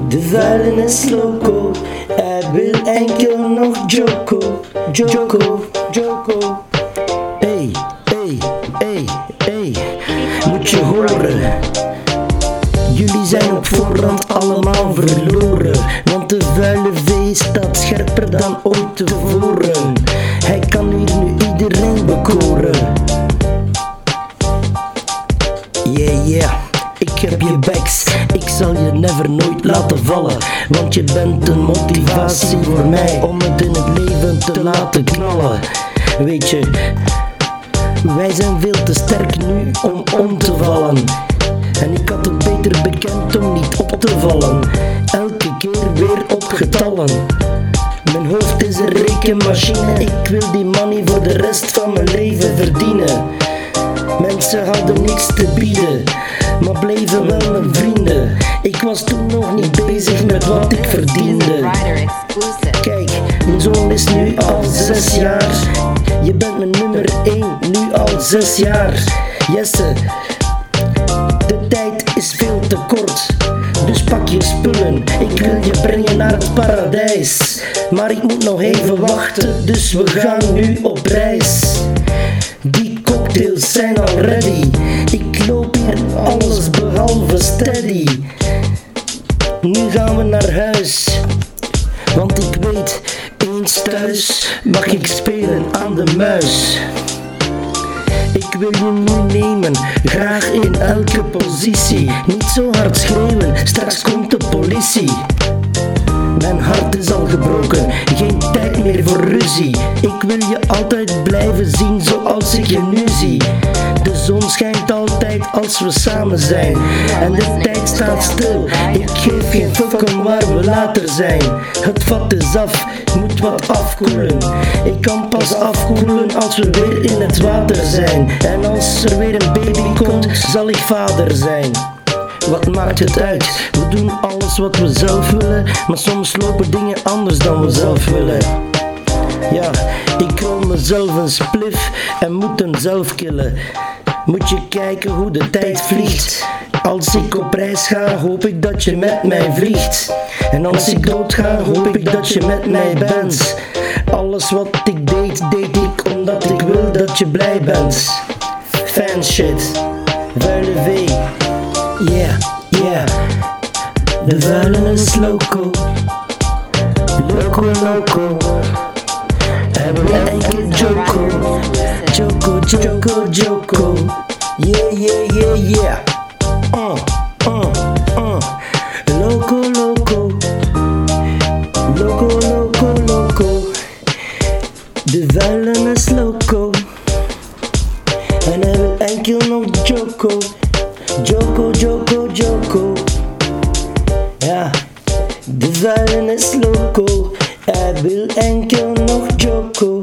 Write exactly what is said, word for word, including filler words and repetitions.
De vuilnis loco, hij wil enkel nog Joko, Joko, Joko. Hey, hey, hey, hey, moet je horen. Jullie zijn op voorhand allemaal verloren, want de vuile V staat scherper dan ooit tevoren. Hij kan hier nu iedereen bekoren. Yeah, yeah. Ik heb je backs, ik zal je never nooit laten vallen, want je bent een motivatie voor mij om het in het leven te laten knallen. Weet je, wij zijn veel te sterk nu om om te vallen. En ik had het beter bekend om niet op te vallen. Elke keer weer op getallen. Mijn hoofd is een rekenmachine. Ik wil die money voor de rest van mijn leven verdienen. Mensen hadden niks te bieden, maar bleven wel mijn vrienden. Ik was toen nog niet bezig met wat ik verdiende. Kijk, mijn zoon is nu al zes jaar. Je bent mijn nummer één, nu al zes jaar. Jesse, de tijd is veel te kort, dus pak je spullen. Ik wil je brengen naar het paradijs, maar ik moet nog even wachten, dus we gaan nu op reis. Die cocktails zijn al ready, ik loop hier alles behalve steady. Nu gaan we naar huis, want ik weet, eens thuis mag ik spelen aan de muis. Ik wil je nu nemen, graag in elke positie. Niet zo hard schreeuwen, straks komt de politie. Mijn hart is al gebroken, geen tijd meer voor ruzie. Ik wil je altijd blijven zien zoals ik je nu zie. De zon schijnt altijd als we samen zijn, en de tijd staat stil. Ik geef geen fuck om waar we later zijn. Het vat is af, moet wat afkoelen. Ik kan pas afkoelen als we weer in het water zijn. En als er weer een baby komt, zal ik vader zijn. Wat maakt het uit? We doen alles wat we zelf willen, maar soms lopen dingen anders dan we zelf willen. Ja, ik rol mezelf een spliff en moet hem zelf killen. Moet je kijken hoe de tijd vliegt. Als ik op reis ga, hoop ik dat je met mij vliegt. En als ik dood ga, hoop ik dat je met mij bent. Alles wat ik deed, deed ik omdat ik wil dat je blij bent. Fan shit, vuile V. Yeah, yeah. De vuilnis loco, loco, loco. Hebben we enkel Joko, Joko, Joko, Joko. Yeah, yeah, yeah, yeah. Uh, uh, uh. Loco, loco, loco, loco, loco. De vuilnis loco. En hij wil enkel nog Joko. Joko, Joko, Joko. Ja, de vuilnis loco. Hij wil enkel nog Joko.